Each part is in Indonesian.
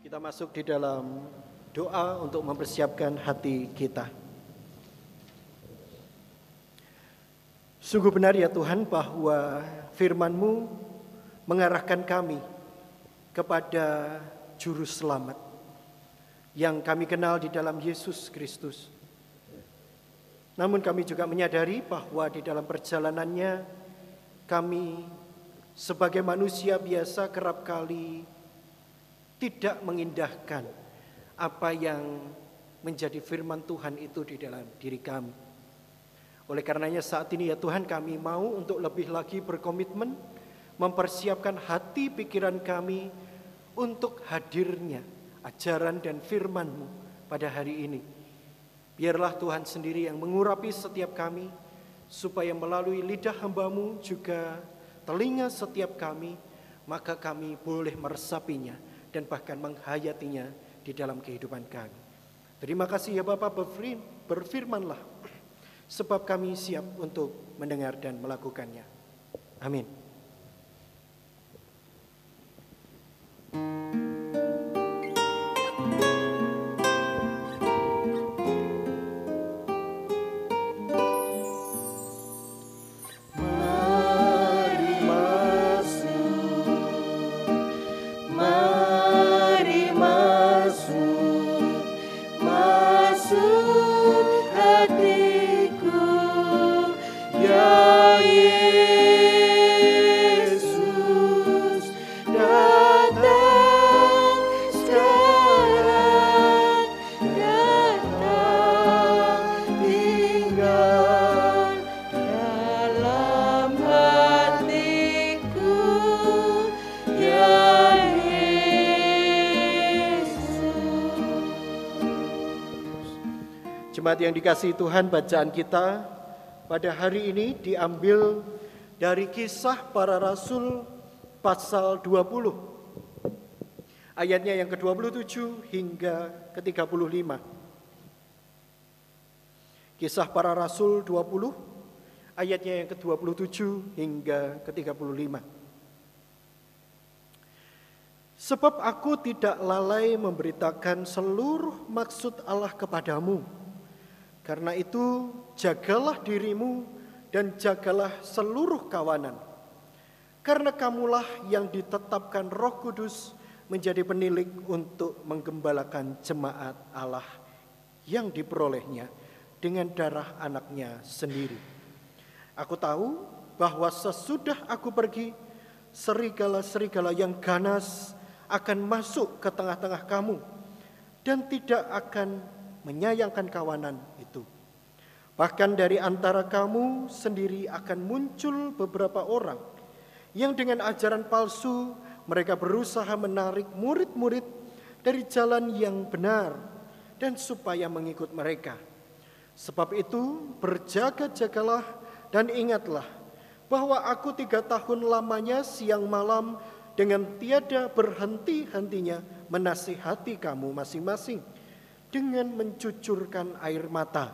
Kita masuk di dalam doa untuk mempersiapkan hati kita. Sungguh benar ya Tuhan bahwa firman-Mu mengarahkan kami kepada juru selamat yang kami kenal di dalam Yesus Kristus. Namun kami juga menyadari bahwa di dalam perjalanannya kami sebagai manusia biasa kerap kali tidak mengindahkan apa yang menjadi firman Tuhan itu di dalam diri kami. Oleh karenanya saat ini ya Tuhan, kami mau untuk lebih lagi berkomitmen mempersiapkan hati pikiran kami untuk hadirnya ajaran dan firman-Mu pada hari ini. Biarlah Tuhan sendiri yang mengurapi setiap kami, supaya melalui lidah hamba-Mu juga telinga setiap kami, maka kami boleh meresapinya dan bahkan menghayatinya di dalam kehidupan kami. Terima kasih ya Bapak, berfirmanlah, sebab kami siap untuk mendengar dan melakukannya. Amin. Jemaat yang dikasihi Tuhan, bacaan kita pada hari ini diambil dari Kisah Para Rasul pasal 20. Ayatnya yang ke-27 hingga ke-35. Kisah Para Rasul 20, ayatnya yang ke-27 hingga ke-35. Sebab aku tidak lalai memberitakan seluruh maksud Allah kepadamu. Karena itu jagalah dirimu dan jagalah seluruh kawanan. Karena kamulah yang ditetapkan Roh Kudus menjadi penilik untuk menggembalakan jemaat Allah yang diperolehnya dengan darah anaknya sendiri. Aku tahu bahwa sesudah aku pergi, serigala-serigala yang ganas akan masuk ke tengah-tengah kamu dan tidak akan menyayangkan kawanan itu. Bahkan dari antara kamu sendiri akan muncul beberapa orang yang dengan ajaran palsu mereka berusaha menarik murid-murid dari jalan yang benar dan supaya mengikut mereka. Sebab itu berjaga-jagalah dan ingatlah bahwa aku 3 tahun lamanya siang malam dengan tiada berhenti-hentinya menasihati kamu masing-masing dengan mencucurkan air mata.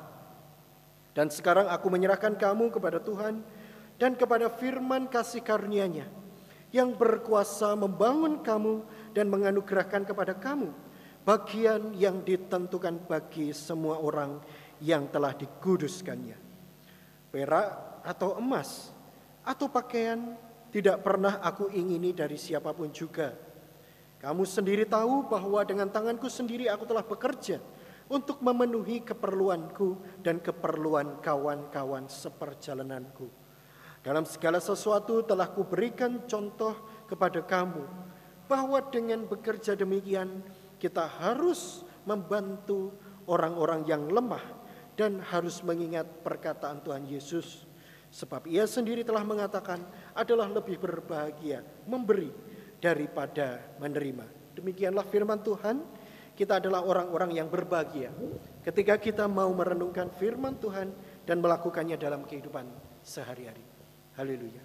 Dan sekarang aku menyerahkan kamu kepada Tuhan dan kepada firman kasih karunia-Nya yang berkuasa membangun kamu dan menganugerahkan kepada kamu bagian yang ditentukan bagi semua orang yang telah dikuduskannya. Perak atau emas atau pakaian tidak pernah aku ingini dari siapapun juga. Kamu sendiri tahu bahwa dengan tanganku sendiri aku telah bekerja untuk memenuhi keperluanku dan keperluan kawan-kawan seperjalananku. Dalam segala sesuatu telah kuberikan contoh kepada kamu, bahwa dengan bekerja demikian kita harus membantu orang-orang yang lemah dan harus mengingat perkataan Tuhan Yesus. Sebab Ia sendiri telah mengatakan adalah lebih berbahagia memberi daripada menerima. Demikianlah firman Tuhan. Kita adalah orang-orang yang berbahagia ketika kita mau merenungkan firman Tuhan dan melakukannya dalam kehidupan sehari-hari. Haleluya.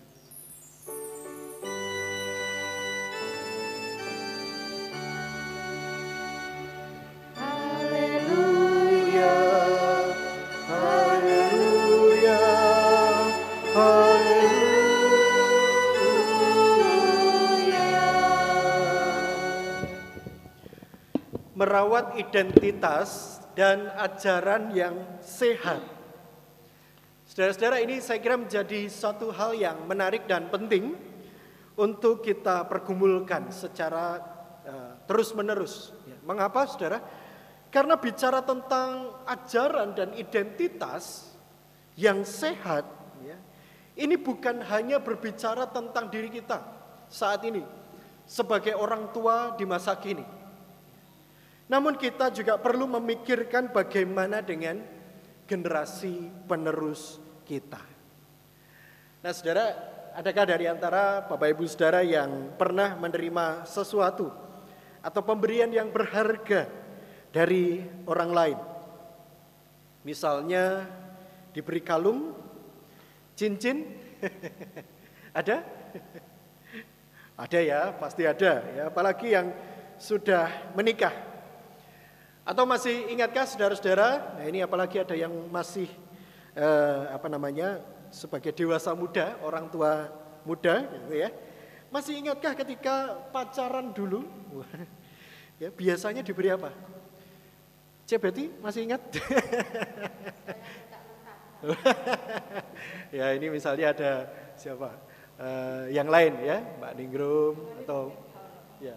merawat identitas dan ajaran yang sehat. Saudara-saudara, ini saya kira menjadi suatu hal yang menarik dan penting untuk kita pergumulkan secara terus-menerus. Mengapa, saudara? Karena bicara tentang ajaran dan identitas yang sehat, ini bukan hanya berbicara tentang diri kita saat ini sebagai orang tua di masa kini. Namun kita juga perlu memikirkan bagaimana dengan generasi penerus kita. Nah, saudara, adakah dari antara Bapak Ibu Saudara yang pernah menerima sesuatu atau pemberian yang berharga dari orang lain? Misalnya diberi kalung, cincin, ada? Ada ya, pasti ada ya, apalagi yang sudah menikah. Atau masih ingatkah saudara-saudara? Nah, ini apalagi ada yang masih sebagai dewasa muda, orang tua muda gitu ya. Masih ingatkah ketika pacaran dulu? Ya, biasanya diberi apa? Cek Betty, masih ingat? Ya, ini misalnya ada siapa? Yang lain ya, Mbak Ningrum atau ya.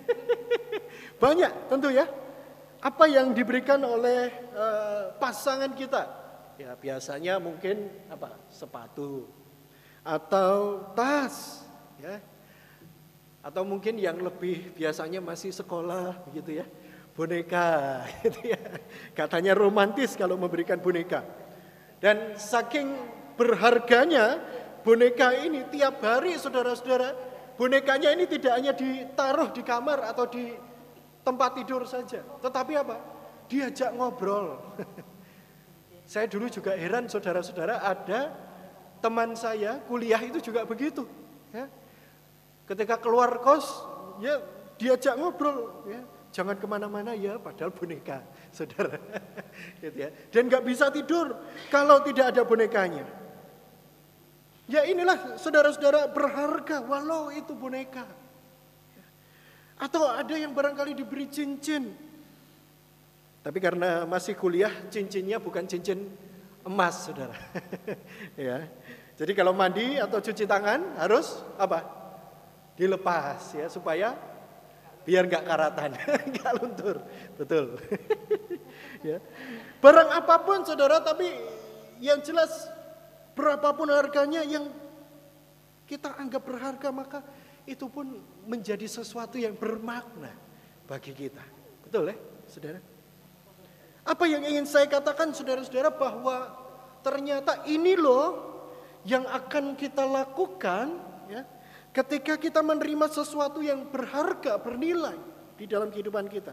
Banyak tentu ya. Apa yang diberikan oleh pasangan kita? Ya, biasanya mungkin apa? Sepatu atau tas, ya. Atau mungkin yang lebih biasanya masih sekolah begitu ya. Boneka gitu ya. Katanya romantis kalau memberikan boneka. Dan saking berharganya boneka ini tiap hari saudara-saudara, bonekanya ini tidak hanya ditaruh di kamar atau di tempat tidur saja, tetapi apa? Diajak ngobrol. Saya dulu juga heran saudara-saudara, ada teman saya kuliah itu juga begitu. Ya. Ketika keluar kos, ya diajak ngobrol. Ya. Jangan kemana-mana ya, padahal boneka, saudara. Gitu ya. Dan nggak bisa tidur kalau tidak ada bonekanya. Ya inilah saudara-saudara berharga, walau itu boneka. Atau ada yang barangkali diberi cincin. Tapi karena masih kuliah, cincinnya bukan cincin emas, saudara. Ya. Jadi kalau mandi atau cuci tangan harus apa? Dilepas ya, supaya biar nggak karatan, nggak luntur. Betul. Ya. Barang apapun, saudara, tapi yang jelas berapapun harganya yang kita anggap berharga, maka itu pun menjadi sesuatu yang bermakna bagi kita. Betul ya, saudara? Apa yang ingin saya katakan, saudara-saudara, bahwa ternyata ini loh yang akan kita lakukan ya, ketika kita menerima sesuatu yang berharga, bernilai di dalam kehidupan kita.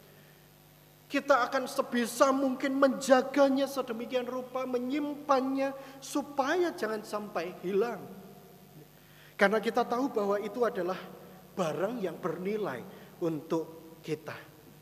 Kita akan sebisa mungkin menjaganya sedemikian rupa, menyimpannya supaya jangan sampai hilang. Karena kita tahu bahwa itu adalah barang yang bernilai untuk kita.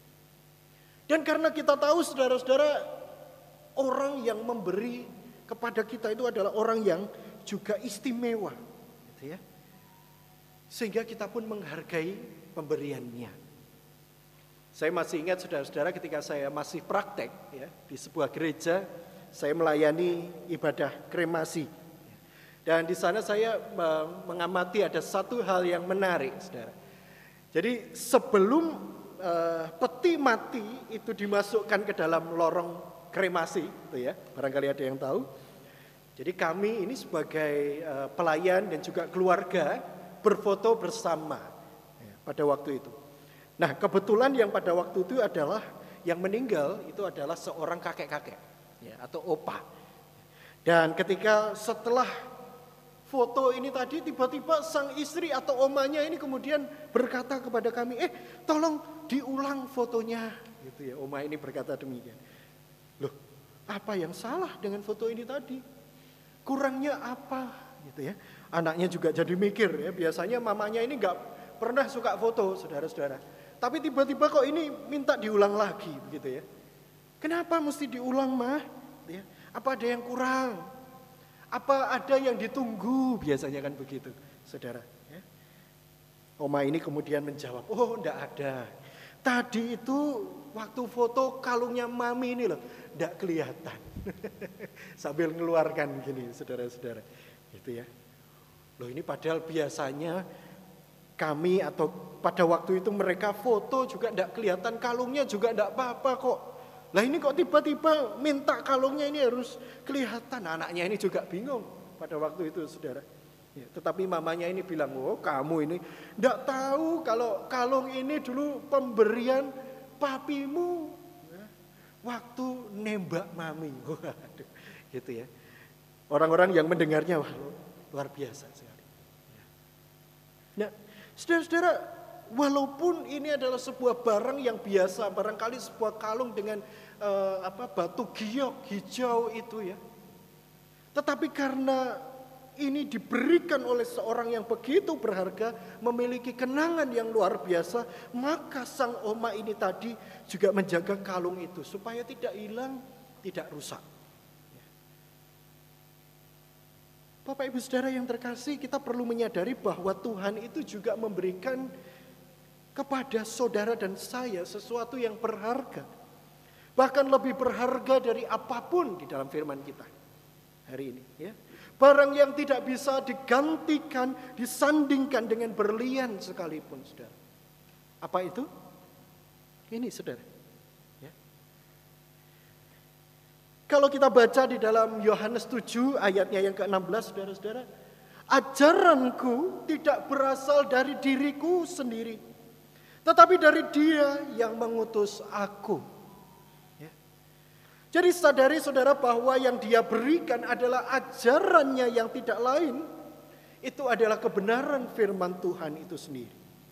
Dan karena kita tahu, saudara-saudara, orang yang memberi kepada kita itu adalah orang yang juga istimewa. Gitu ya. Sehingga kita pun menghargai pemberiannya. Saya masih ingat, saudara-saudara, ketika saya masih praktek ya, di sebuah gereja, saya melayani ibadah kremasi. Dan di sana saya mengamati ada satu hal yang menarik, saudara. Jadi sebelum peti mati itu dimasukkan ke dalam lorong kremasi, gitu ya, barangkali ada yang tahu. Jadi kami ini sebagai pelayan dan juga keluarga berfoto bersama ya, pada waktu itu. Nah, kebetulan yang pada waktu itu adalah yang meninggal itu adalah seorang kakek-kakek ya, atau opa. Dan ketika setelah foto ini tadi, tiba-tiba sang istri atau omanya ini kemudian berkata kepada kami, tolong diulang fotonya. Gitu ya, oma ini berkata demikian. Loh, apa yang salah dengan foto ini tadi? Kurangnya apa? Gitu ya. Anaknya juga jadi mikir ya, biasanya mamanya ini nggak pernah suka foto, saudara-saudara. Tapi tiba-tiba kok ini minta diulang lagi, begitu ya. Kenapa mesti diulang, mah? Ya, apa ada yang kurang? Apa ada yang ditunggu? Biasanya kan begitu, saudara. Ya. Oma ini kemudian menjawab, oh enggak ada. Tadi itu waktu foto kalungnya mami ini loh, enggak kelihatan. Sambil ngeluarkan gini, saudara-saudara. Gitu ya. Loh ini padahal biasanya kami atau pada waktu itu mereka foto juga enggak kelihatan kalungnya juga enggak apa-apa kok. Lah ini kok tiba-tiba minta kalungnya ini harus kelihatan. Anaknya ini juga bingung pada waktu itu, saudara. Ya, tetapi mamanya ini bilang, oh kamu ini enggak tahu kalau kalung ini dulu pemberian papimu waktu nembak mami. Waduh, gitu ya. Orang-orang yang mendengarnya wah, luar biasa sekali. Nah, saudara-saudara, walaupun ini adalah sebuah barang yang biasa, barangkali sebuah kalung dengan batu giok hijau itu ya. Tetapi karena ini diberikan oleh seorang yang begitu berharga, memiliki kenangan yang luar biasa, maka sang oma ini tadi juga menjaga kalung itu supaya tidak hilang, tidak rusak. Bapak Ibu Saudara yang terkasih, kita perlu menyadari bahwa Tuhan itu juga memberikan kepada saudara dan saya sesuatu yang berharga. Bahkan lebih berharga dari apapun di dalam firman kita hari ini, ya. Barang yang tidak bisa digantikan, disandingkan dengan berlian sekalipun, saudara. Apa itu? Ini, saudara. Ya. Kalau kita baca di dalam Yohanes 7 ayatnya yang ke-16, saudara-saudara. Ajaranku tidak berasal dari diriku sendiri, tetapi dari Dia yang mengutus aku. Jadi sadari saudara bahwa yang Dia berikan adalah ajarannya yang tidak lain. Itu adalah kebenaran firman Tuhan itu sendiri.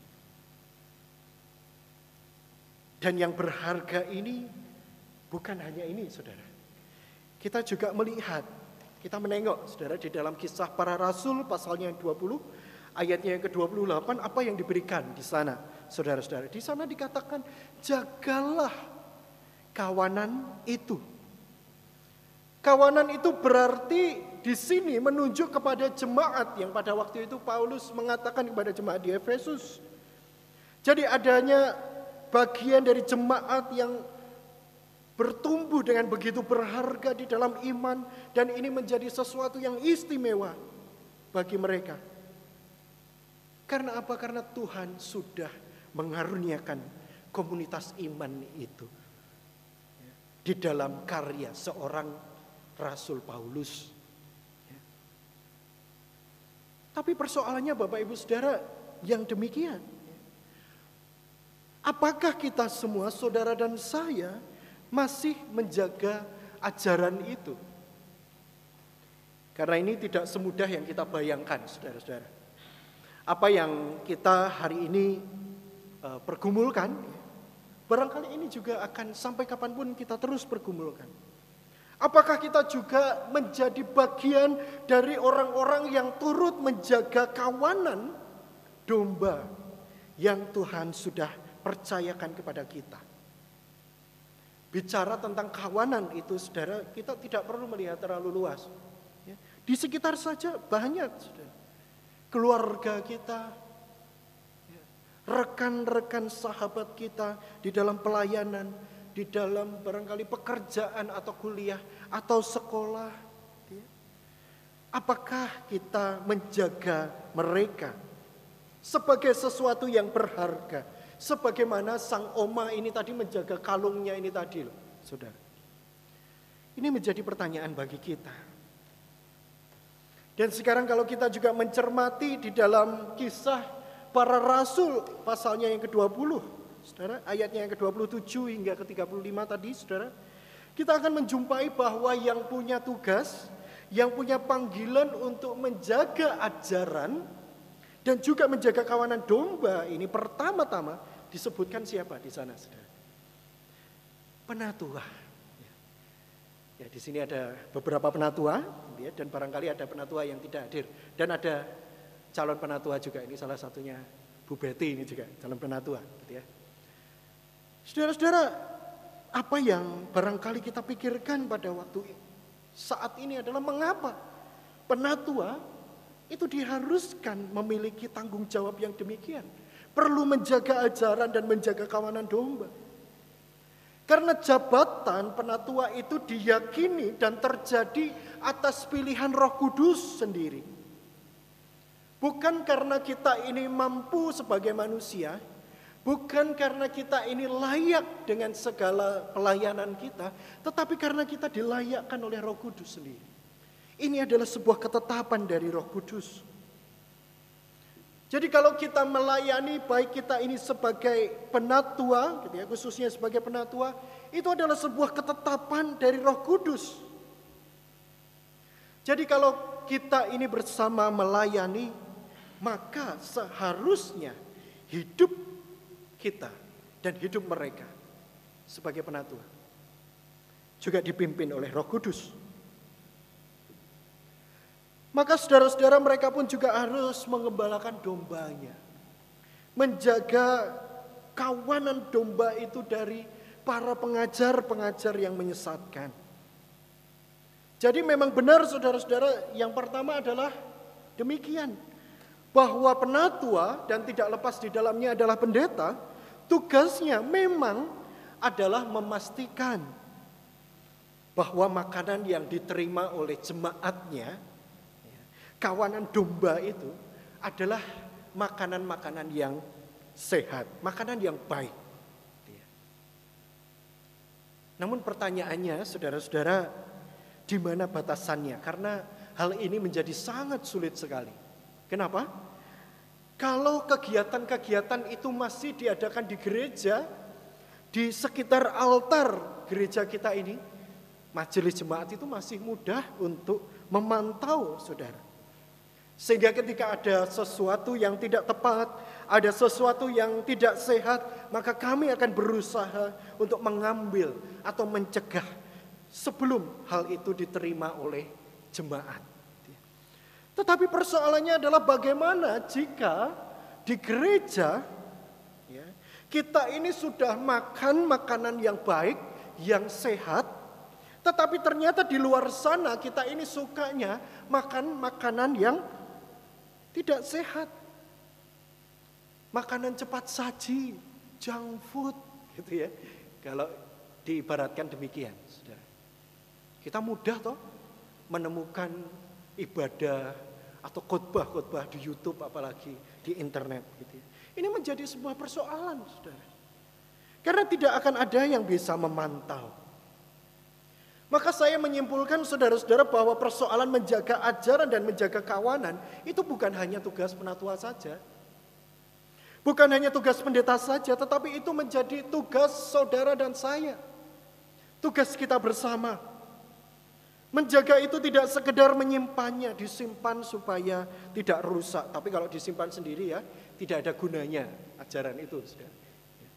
Dan yang berharga ini bukan hanya ini, saudara. Kita juga melihat, kita menengok saudara di dalam Kisah Para Rasul pasalnya yang 20, ayatnya yang ke-28, apa yang diberikan di sana, saudara-saudara. Di sana dikatakan, jagalah kawanan itu. Kawanan itu berarti di sini menunjuk kepada jemaat yang pada waktu itu Paulus mengatakan kepada jemaat di Efesus. Jadi adanya bagian dari jemaat yang bertumbuh dengan begitu berharga di dalam iman, dan ini menjadi sesuatu yang istimewa bagi mereka. Karena apa? Karena Tuhan sudah mengaruniakan komunitas iman itu di dalam karya seorang Rasul Paulus. Tapi persoalannya Bapak Ibu Saudara yang demikian. Apakah kita semua, saudara dan saya, masih menjaga ajaran itu? Karena ini tidak semudah yang kita bayangkan, saudara-saudara. Apa yang kita hari ini pergumulkan, barangkali ini juga akan sampai kapanpun kita terus pergumulkan. Apakah kita juga menjadi bagian dari orang-orang yang turut menjaga kawanan domba yang Tuhan sudah percayakan kepada kita? Bicara tentang kawanan itu, saudara, kita tidak perlu melihat terlalu luas. Di sekitar saja banyak, saudara. Keluarga kita, rekan-rekan sahabat kita di dalam pelayanan, di dalam barangkali pekerjaan atau kuliah atau sekolah. Apakah kita menjaga mereka sebagai sesuatu yang berharga? Sebagaimana sang oma ini tadi menjaga kalungnya ini tadi loh, saudara. Ini menjadi pertanyaan bagi kita. Dan sekarang kalau kita juga mencermati di dalam Kisah Para Rasul pasalnya yang ke-20, saudara, ayatnya yang ke-27 hingga ke-35 tadi, saudara, kita akan menjumpai bahwa yang punya tugas, yang punya panggilan untuk menjaga ajaran dan juga menjaga kawanan domba ini pertama-tama disebutkan siapa di sana, saudara? Penatua. Ya, di sini ada beberapa penatua, ya, dan barangkali ada penatua yang tidak hadir, dan ada calon penatua juga. Ini salah satunya Bu Betty, ini juga calon penatua, gitu ya. Saudara-saudara, apa yang barangkali kita pikirkan pada waktu saat ini adalah mengapa penatua itu diharuskan memiliki tanggung jawab yang demikian. perlu menjaga ajaran dan menjaga kawanan domba. Karena jabatan penatua itu diyakini dan terjadi atas pilihan Roh Kudus sendiri. Bukan karena kita ini mampu sebagai manusia, bukan karena kita ini layak dengan segala pelayanan kita, tetapi karena kita dilayakkan oleh Roh Kudus sendiri. Ini adalah sebuah ketetapan dari Roh Kudus. Jadi kalau kita melayani, baik kita ini sebagai penatua, gitu ya, khususnya sebagai penatua, itu adalah sebuah ketetapan dari Roh Kudus. Jadi kalau kita ini bersama melayani, maka seharusnya hidup kita dan hidup mereka sebagai penatua juga dipimpin oleh Roh Kudus. Maka saudara-saudara, mereka pun juga harus mengembalakan dombanya. Menjaga kawanan domba itu dari para pengajar-pengajar yang menyesatkan. Jadi memang benar saudara-saudara, yang pertama adalah demikian. Bahwa penatua dan tidak lepas di dalamnya adalah pendeta, tugasnya memang adalah memastikan bahwa makanan yang diterima oleh jemaatnya, kawanan domba itu adalah makanan-makanan yang sehat, makanan yang baik. Namun pertanyaannya, saudara-saudara, di mana batasannya? Karena hal ini menjadi sangat sulit sekali. Kenapa? Kalau kegiatan-kegiatan itu masih diadakan di gereja, di sekitar altar gereja kita ini, majelis jemaat itu masih mudah untuk memantau, saudara. Sehingga ketika ada sesuatu yang tidak tepat, ada sesuatu yang tidak sehat, maka kami akan berusaha untuk mengambil atau mencegah sebelum hal itu diterima oleh jemaat. Tetapi persoalannya adalah bagaimana jika di gereja kita ini sudah makan makanan yang baik, yang sehat, tetapi ternyata di luar sana kita ini sukanya makan makanan yang tidak sehat. Makanan cepat saji, junk food, gitu ya. Kalau diibaratkan demikian, saudara. Kita mudah toh menemukan ibadah atau khotbah-khotbah di YouTube, apalagi di internet, gitu ya. Ini menjadi sebuah persoalan, saudara. Karena tidak akan ada yang bisa memantau. Maka saya menyimpulkan saudara-saudara bahwa persoalan menjaga ajaran dan menjaga kawanan itu bukan hanya tugas penatua saja. Bukan hanya tugas pendeta saja, tetapi itu menjadi tugas saudara dan saya. Tugas kita bersama. Menjaga itu tidak sekedar menyimpannya, disimpan supaya tidak rusak. Tapi kalau disimpan sendiri ya, tidak ada gunanya ajaran itu, saudara.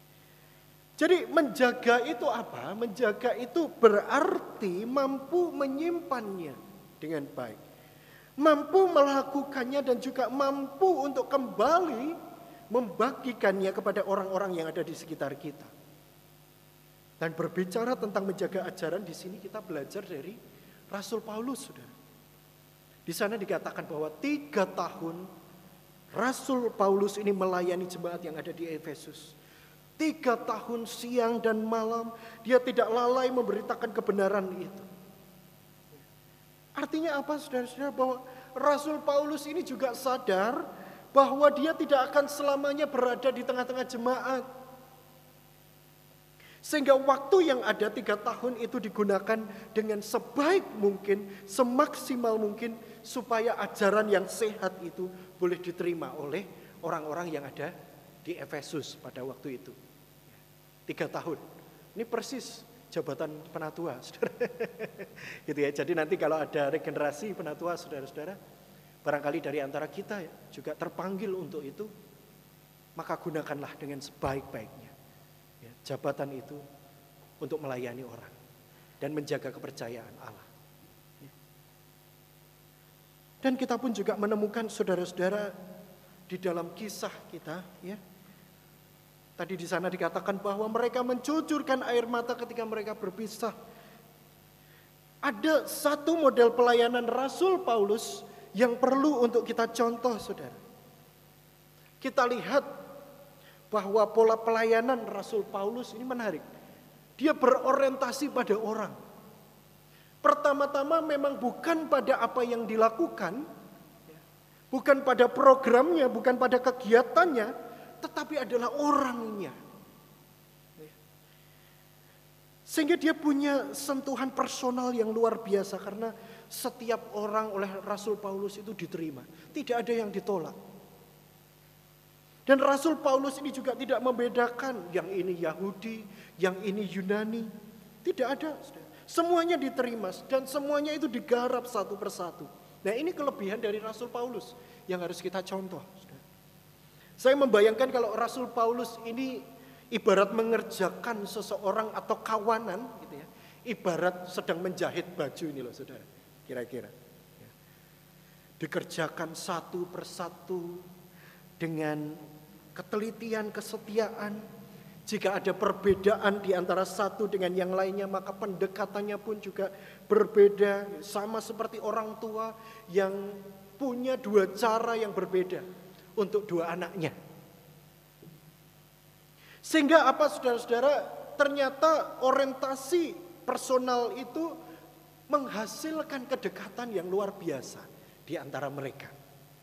Jadi menjaga itu apa? Menjaga itu berarti mampu menyimpannya dengan baik. Mampu melakukannya dan juga mampu untuk kembali membagikannya kepada orang-orang yang ada di sekitar kita. Dan berbicara tentang menjaga ajaran, di sini kita belajar dari Rasul Paulus, saudara. Di sana dikatakan bahwa 3 tahun Rasul Paulus ini melayani jemaat yang ada di Efesus. 3 tahun siang dan malam dia tidak lalai memberitakan kebenaran itu. Artinya apa, saudara-saudara? Bahwa Rasul Paulus ini juga sadar bahwa dia tidak akan selamanya berada di tengah-tengah jemaat. Sehingga waktu yang ada 3 tahun itu digunakan dengan sebaik mungkin, semaksimal mungkin, supaya ajaran yang sehat itu boleh diterima oleh orang-orang yang ada di Efesus pada waktu itu. 3 tahun. Ini persis jabatan penatua, saudara. Gitu ya. Jadi nanti kalau ada regenerasi penatua, saudara-saudara, barangkali dari antara kita juga terpanggil untuk itu, maka gunakanlah dengan sebaik-baiknya ya, jabatan itu untuk melayani orang dan menjaga kepercayaan Allah. Dan kita pun juga menemukan saudara-saudara di dalam kisah kita, ya. Tadi di sana dikatakan bahwa mereka mencucurkan air mata ketika mereka berpisah. Ada satu model pelayanan Rasul Paulus yang perlu untuk kita contoh, saudara. Kita lihat bahwa pola pelayanan Rasul Paulus ini menarik. Dia berorientasi pada orang. Pertama-tama memang bukan pada apa yang dilakukan, bukan pada programnya, bukan pada kegiatannya, tetapi adalah orangnya. Sehingga dia punya sentuhan personal yang luar biasa karena setiap orang oleh Rasul Paulus itu diterima. Tidak ada yang ditolak. Dan Rasul Paulus ini juga tidak membedakan yang ini Yahudi, yang ini Yunani. Tidak ada. Semuanya diterima dan semuanya itu digarap satu persatu. Nah, ini kelebihan dari Rasul Paulus yang harus kita contoh. Saya membayangkan kalau Rasul Paulus ini ibarat mengerjakan seseorang atau kawanan gitu ya. Ibarat sedang menjahit baju ini loh saudara. Kira-kira. Dikerjakan satu persatu dengan ketelitian, kesetiaan. Jika ada perbedaan di antara satu dengan yang lainnya, maka pendekatannya pun juga berbeda. Sama seperti orang tua yang punya dua cara yang berbeda untuk dua anaknya. Sehingga apa saudara-saudara, ternyata orientasi personal itu menghasilkan kedekatan yang luar biasa di antara mereka.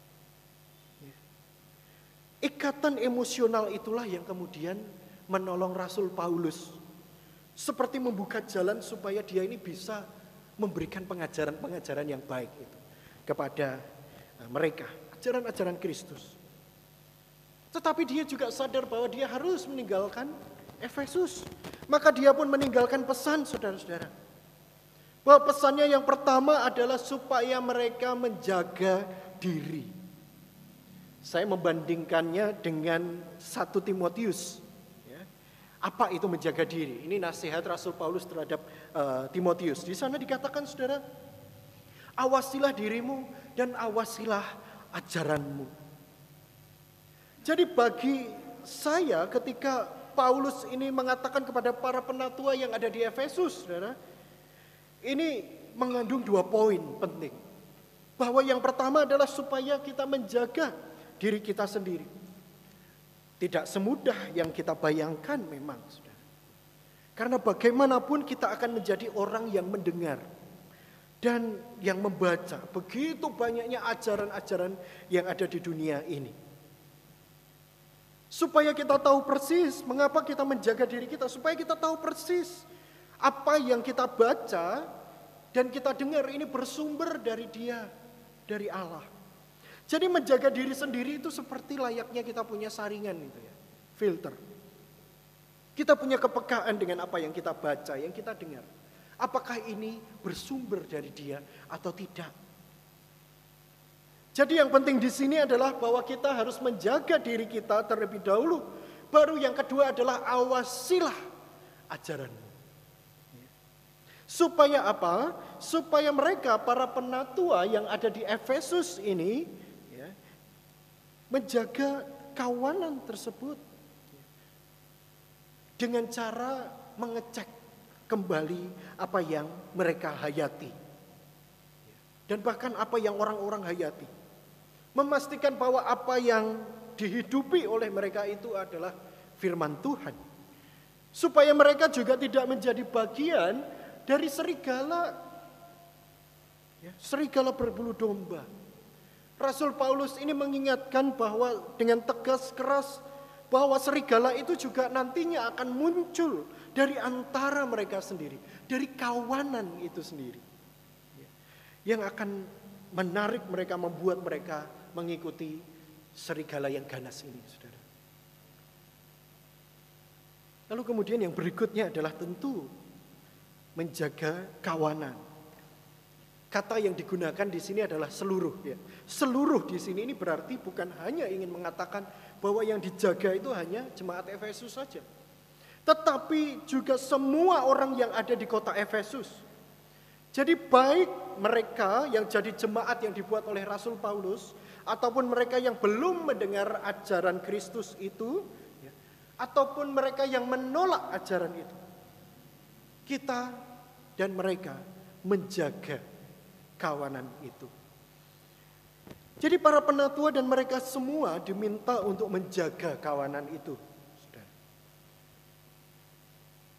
Ikatan emosional itulah yang kemudian menolong Rasul Paulus. Seperti membuka jalan supaya dia ini bisa memberikan pengajaran-pengajaran yang baik itu kepada mereka. Ajaran-ajaran Kristus. Tetapi dia juga sadar bahwa dia harus meninggalkan Efesus. Maka dia pun meninggalkan pesan saudara-saudara. Bahwa pesannya yang pertama adalah supaya mereka menjaga diri. Saya membandingkannya dengan 1 Timotius. Apa itu menjaga diri? Ini nasihat Rasul Paulus terhadap Timotius. Di sana dikatakan saudara, awasilah dirimu dan awasilah ajaranmu. Jadi bagi saya ketika Paulus ini mengatakan kepada para penatua yang ada di Efesus, saudara, ini mengandung 2 poin penting. Bahwa yang pertama adalah supaya kita menjaga diri kita sendiri. Tidak semudah yang kita bayangkan memang, saudara. Karena bagaimanapun kita akan menjadi orang yang mendengar dan yang membaca begitu banyaknya ajaran-ajaran yang ada di dunia ini. Supaya kita tahu persis mengapa kita menjaga diri kita, supaya kita tahu persis apa yang kita baca dan kita dengar ini bersumber dari Dia, dari Allah. Jadi menjaga diri sendiri itu seperti layaknya kita punya saringan itu ya, filter. Kita punya kepekaan dengan apa yang kita baca, yang kita dengar. Apakah ini bersumber dari Dia atau tidak? Jadi yang penting di sini adalah bahwa kita harus menjaga diri kita terlebih dahulu. Baru yang kedua adalah awasilah ajaranmu. Supaya apa? Supaya mereka para penatua yang ada di Efesus ini menjaga kawanan tersebut dengan cara mengecek kembali apa yang mereka hayati dan bahkan apa yang orang-orang hayati, memastikan bahwa apa yang dihidupi oleh mereka itu adalah firman Tuhan, supaya mereka juga tidak menjadi bagian dari serigala berbulu domba. Rasul Paulus ini mengingatkan bahwa dengan tegas keras bahwa serigala itu juga nantinya akan muncul dari antara mereka sendiri, dari kawanan itu sendiri, yang akan menarik mereka, membuat mereka mengikuti serigala yang ganas ini, saudara. Lalu kemudian yang berikutnya adalah tentu menjaga kawanan. Kata yang digunakan di sini adalah seluruh. Ya. Seluruh di sini ini berarti bukan hanya ingin mengatakan bahwa yang dijaga itu hanya jemaat Efesus saja, tetapi juga semua orang yang ada di kota Efesus. Jadi baik mereka yang jadi jemaat yang dibuat oleh Rasul Paulus, ataupun mereka yang belum mendengar ajaran Kristus itu, ya, ataupun mereka yang menolak ajaran itu, kita dan mereka menjaga kawanan itu. Jadi para penatua dan mereka semua diminta untuk menjaga kawanan itu.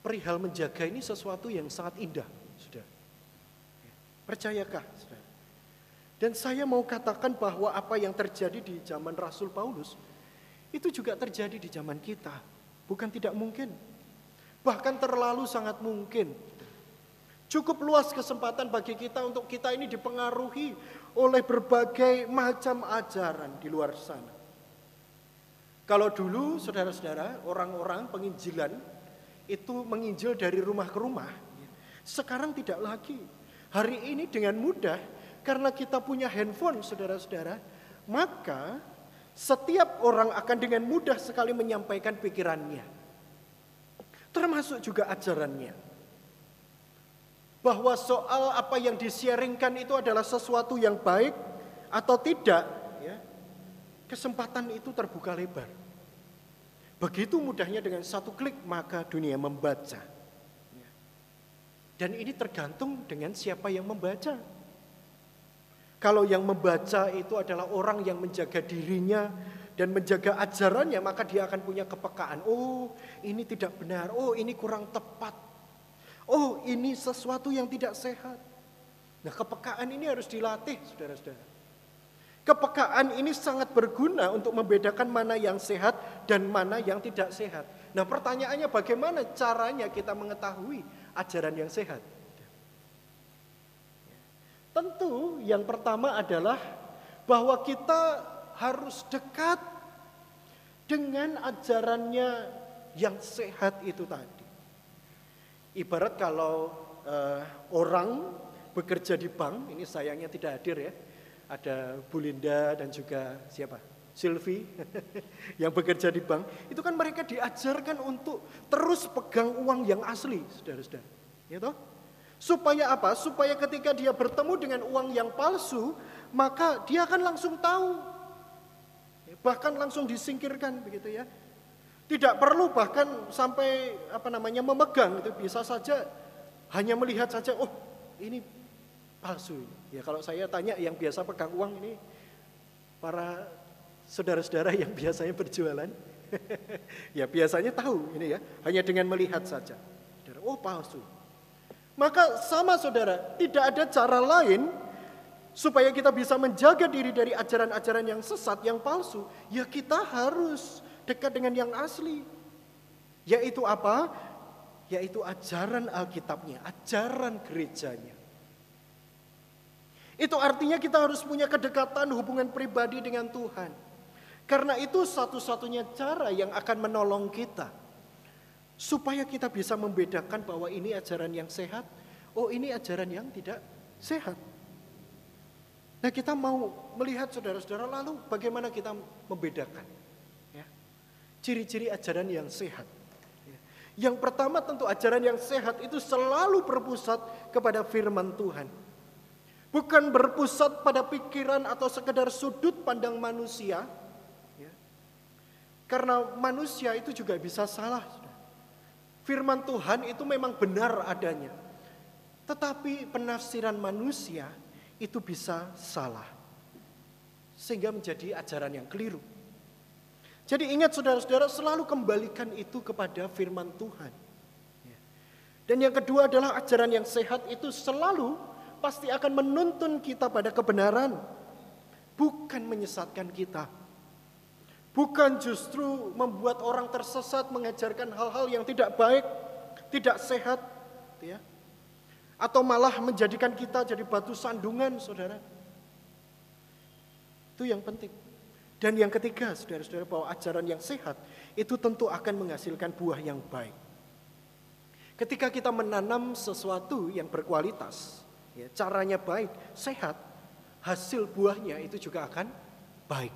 perihal menjaga ini sesuatu yang sangat indah, saudara. Percayakah, saudara? Dan saya mau katakan bahwa apa yang terjadi di zaman Rasul Paulus, itu juga terjadi di zaman kita. Bukan tidak mungkin. Bahkan terlalu sangat mungkin. Cukup luas kesempatan bagi kita untuk kita ini dipengaruhi oleh berbagai macam ajaran di luar sana. Kalau dulu saudara-saudara, orang-orang penginjilan itu menginjil dari rumah ke rumah. Sekarang tidak lagi. Hari ini dengan mudah, karena kita punya handphone saudara-saudara, maka setiap orang akan dengan mudah sekali menyampaikan pikirannya. Termasuk juga ajarannya. Bahwa soal apa yang disiaringkan itu adalah sesuatu yang baik atau tidak, ya, kesempatan itu terbuka lebar. Begitu mudahnya dengan satu klik maka dunia membaca. Dan ini tergantung dengan siapa yang membaca. Kalau yang membaca itu adalah orang yang menjaga dirinya dan menjaga ajarannya, maka dia akan punya kepekaan. Oh, ini tidak benar. Oh, ini kurang tepat. Oh, ini sesuatu yang tidak sehat. Nah, kepekaan ini harus dilatih, saudara-saudara. Kepekaan ini sangat berguna untuk membedakan mana yang sehat dan mana yang tidak sehat. Nah, pertanyaannya bagaimana caranya kita mengetahui ajaran yang sehat? Tentu yang pertama adalah bahwa kita harus dekat dengan ajarannya yang sehat itu tadi. Ibarat kalau orang bekerja di bank, ini sayangnya tidak hadir ya. Ada Bu Linda dan juga siapa? Sylvie yang bekerja di bank. Itu kan mereka diajarkan untuk terus pegang uang yang asli, saudara-saudara. Ya toh? Supaya apa? Supaya ketika dia bertemu dengan uang yang palsu, maka dia akan langsung tahu. Bahkan langsung disingkirkan begitu ya. Tidak perlu bahkan sampai memegang, itu bisa saja hanya melihat saja, oh ini palsu. Ya kalau saya tanya yang biasa pegang uang ini para saudara-saudara yang biasanya berjualan, ya biasanya tahu ini ya, hanya dengan melihat saja. Oh palsu. Maka sama saudara, tidak ada cara lain supaya kita bisa menjaga diri dari ajaran-ajaran yang sesat, yang palsu. Ya kita harus dekat dengan yang asli. Yaitu apa? Yaitu ajaran Alkitabnya, ajaran gerejanya. Itu artinya kita harus punya kedekatan hubungan pribadi dengan Tuhan. Karena itu satu-satunya cara yang akan menolong kita. Supaya kita bisa membedakan bahwa ini ajaran yang sehat, oh ini ajaran yang tidak sehat. Nah kita mau melihat saudara-saudara, lalu bagaimana kita membedakan ciri-ciri ajaran yang sehat. Yang pertama tentu ajaran yang sehat itu selalu berpusat kepada firman Tuhan. Bukan berpusat pada pikiran atau sekedar sudut pandang manusia. Karena manusia itu juga bisa salah. Firman Tuhan itu memang benar adanya. Tetapi penafsiran manusia itu bisa salah. Sehingga menjadi ajaran yang keliru. Jadi ingat saudara-saudara, selalu kembalikan itu kepada firman Tuhan. Dan yang kedua adalah ajaran yang sehat itu selalu pasti akan menuntun kita pada kebenaran. Bukan menyesatkan kita. Bukan justru membuat orang tersesat, mengajarkan hal-hal yang tidak baik, tidak sehat. Atau malah menjadikan kita jadi batu sandungan, saudara. Itu yang penting. Dan yang ketiga, saudara-saudara, bahwa ajaran yang sehat itu tentu akan menghasilkan buah yang baik. Ketika kita menanam sesuatu yang berkualitas, caranya baik, sehat, hasil buahnya itu juga akan baik.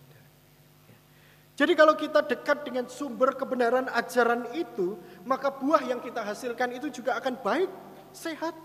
Jadi kalau kita dekat dengan sumber kebenaran ajaran itu, maka buah yang kita hasilkan itu juga akan baik, sehat.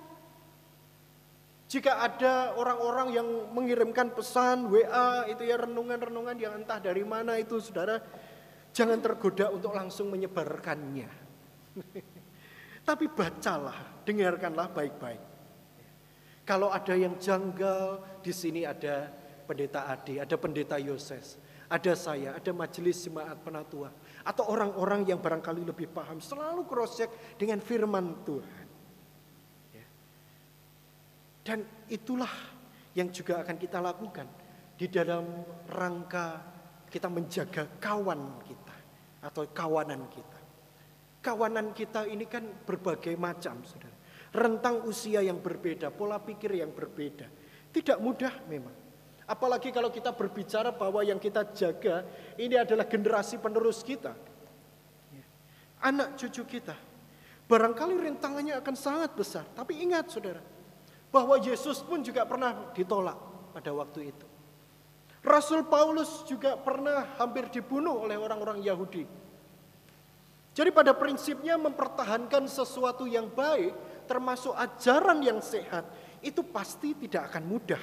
Jika ada orang-orang yang mengirimkan pesan WA itu ya, renungan-renungan yang entah dari mana itu, saudara, jangan tergoda untuk langsung menyebarkannya. Tapi bacalah, dengarkanlah baik-baik. Kalau ada yang janggal, di sini ada pendeta Ade, ada pendeta Yoses, ada saya, ada majelis jemaat penatua, Atau orang-orang yang barangkali lebih paham selalu cross-check dengan firman Tuhan. Ya. Dan itulah yang juga akan kita lakukan di dalam rangka kita menjaga kawan kita atau kawanan kita. Kawanan kita ini kan berbagai macam, saudara. Rentang usia yang berbeda, pola pikir yang berbeda. Tidak mudah memang. Apalagi kalau kita berbicara bahwa yang kita jaga ini adalah generasi penerus kita. Anak cucu kita. Barangkali rintangannya akan sangat besar. Tapi ingat saudara, bahwa Yesus pun juga pernah ditolak pada waktu itu. Rasul Paulus juga pernah hampir dibunuh oleh orang-orang Yahudi. Jadi pada prinsipnya mempertahankan sesuatu yang baik, termasuk ajaran yang sehat, itu pasti tidak akan mudah.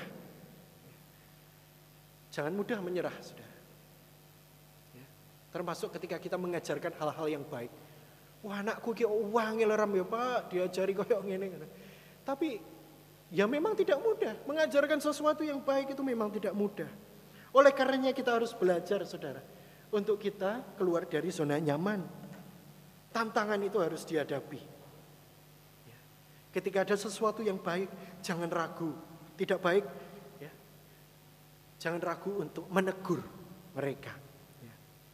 Jangan mudah menyerah, saudara. Ya. Termasuk ketika kita mengajarkan hal-hal yang baik. Wah, anakku ki wangil ram ya Pak, diajari koyo ngene. Tapi ya memang tidak mudah. Mengajarkan sesuatu yang baik itu memang tidak mudah. Oleh karenanya kita harus belajar, saudara, untuk kita keluar dari zona nyaman. Tantangan itu harus dihadapi. Ya. Ketika ada sesuatu yang baik, jangan ragu. Tidak baik, ya, jangan ragu untuk menegur mereka. Ya.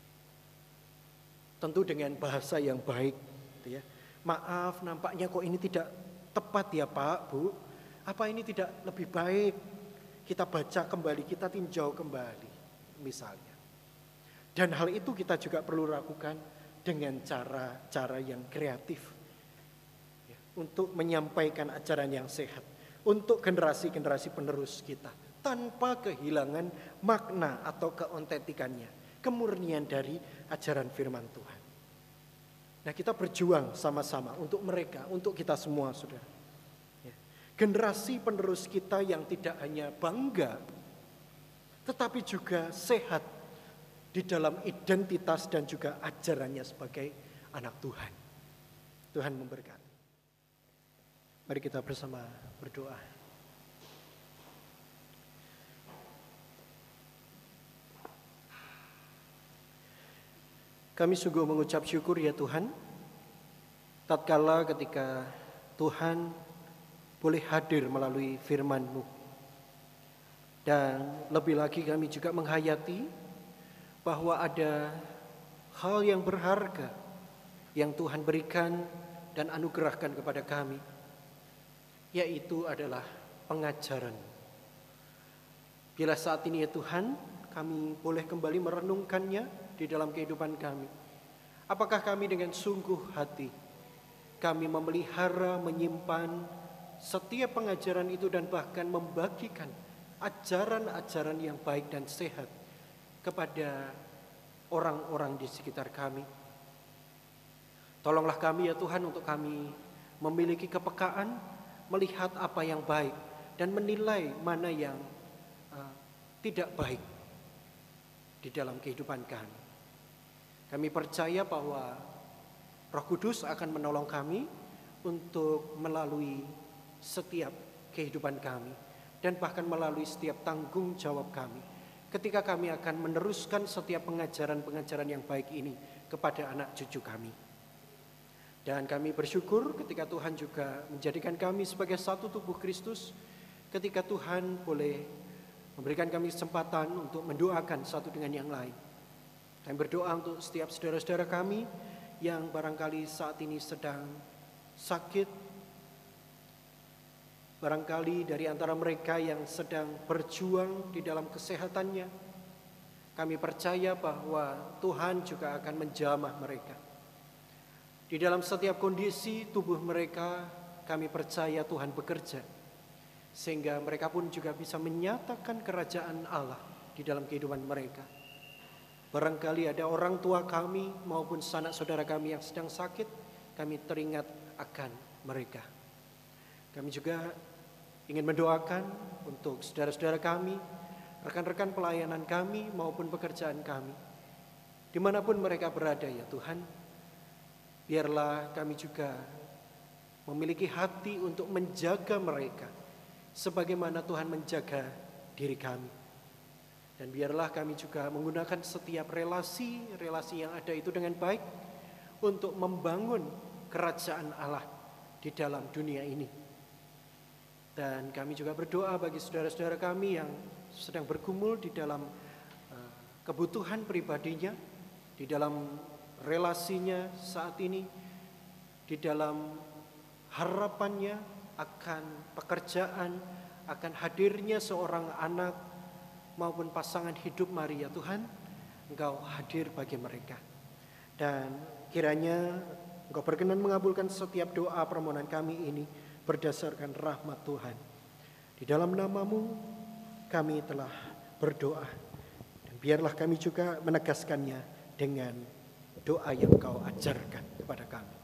Tentu dengan bahasa yang baik. Ya. Maaf, nampaknya kok ini tidak tepat ya Pak, Bu. Apa ini tidak lebih baik? Kita baca kembali, kita tinjau kembali, misalnya. Dan hal itu kita juga perlu lakukan dengan cara-cara yang kreatif. Ya, untuk menyampaikan ajaran yang sehat. Untuk generasi-generasi penerus kita. Tanpa kehilangan makna atau keontentikannya. Kemurnian dari ajaran firman Tuhan. Nah, kita berjuang sama-sama untuk mereka, untuk kita semua, saudara. Ya. Generasi penerus kita yang tidak hanya bangga, tetapi juga sehat di dalam identitas dan juga ajarannya sebagai anak Tuhan. Tuhan memberkati. Mari kita bersama berdoa. Kami sungguh mengucap syukur ya Tuhan, tatkala ketika Tuhan boleh hadir melalui firman-Mu. Dan lebih lagi kami juga menghayati bahwa ada hal yang berharga yang Tuhan berikan dan anugerahkan kepada kami, yaitu adalah pengajaran. Bila saat ini ya Tuhan, kami boleh kembali merenungkannya di dalam kehidupan kami. Apakah kami dengan sungguh hati kami memelihara, menyimpan setiap pengajaran itu dan bahkan membagikan ajaran-ajaran yang baik dan sehat kepada orang-orang di sekitar kami. Tolonglah kami ya Tuhan untuk kami memiliki kepekaan, melihat apa yang baik dan menilai mana yang tidak baik di dalam kehidupan kami. Kami percaya bahwa Roh Kudus akan menolong kami untuk melalui setiap kehidupan kami dan bahkan melalui setiap tanggung jawab kami. Ketika kami akan meneruskan setiap pengajaran-pengajaran yang baik ini kepada anak cucu kami. Dan kami bersyukur ketika Tuhan juga menjadikan kami sebagai satu tubuh Kristus. Ketika Tuhan boleh memberikan kami kesempatan untuk mendoakan satu dengan yang lain. Kami berdoa untuk setiap saudara-saudara kami yang barangkali saat ini sedang sakit. Barangkali dari antara mereka yang sedang berjuang di dalam kesehatannya, kami percaya bahwa Tuhan juga akan menjamah mereka. Di dalam setiap kondisi tubuh mereka, kami percaya Tuhan bekerja, sehingga mereka pun juga bisa menyatakan kerajaan Allah di dalam kehidupan mereka. Barangkali ada orang tua kami maupun sanak saudara kami yang sedang sakit, kami teringat akan mereka. Kami juga ingin mendoakan untuk saudara-saudara kami, rekan-rekan pelayanan kami maupun pekerjaan kami. Dimanapun mereka berada ya Tuhan, biarlah kami juga memiliki hati untuk menjaga mereka sebagaimana Tuhan menjaga diri kami. Dan biarlah kami juga menggunakan setiap relasi yang ada itu dengan baik untuk membangun kerajaan Allah di dalam dunia ini. Dan kami juga berdoa bagi saudara-saudara kami yang sedang bergumul di dalam kebutuhan pribadinya, di dalam relasinya saat ini, di dalam harapannya akan pekerjaan, akan hadirnya seorang anak maupun pasangan hidup. Mari ya Tuhan, Engkau hadir bagi mereka. Dan kiranya Engkau berkenan mengabulkan setiap doa permohonan kami ini berdasarkan rahmat Tuhan. Di dalam nama-Mu kami telah berdoa. Dan biarlah kami juga menegaskannya dengan doa yang Engkau ajarkan kepada kami.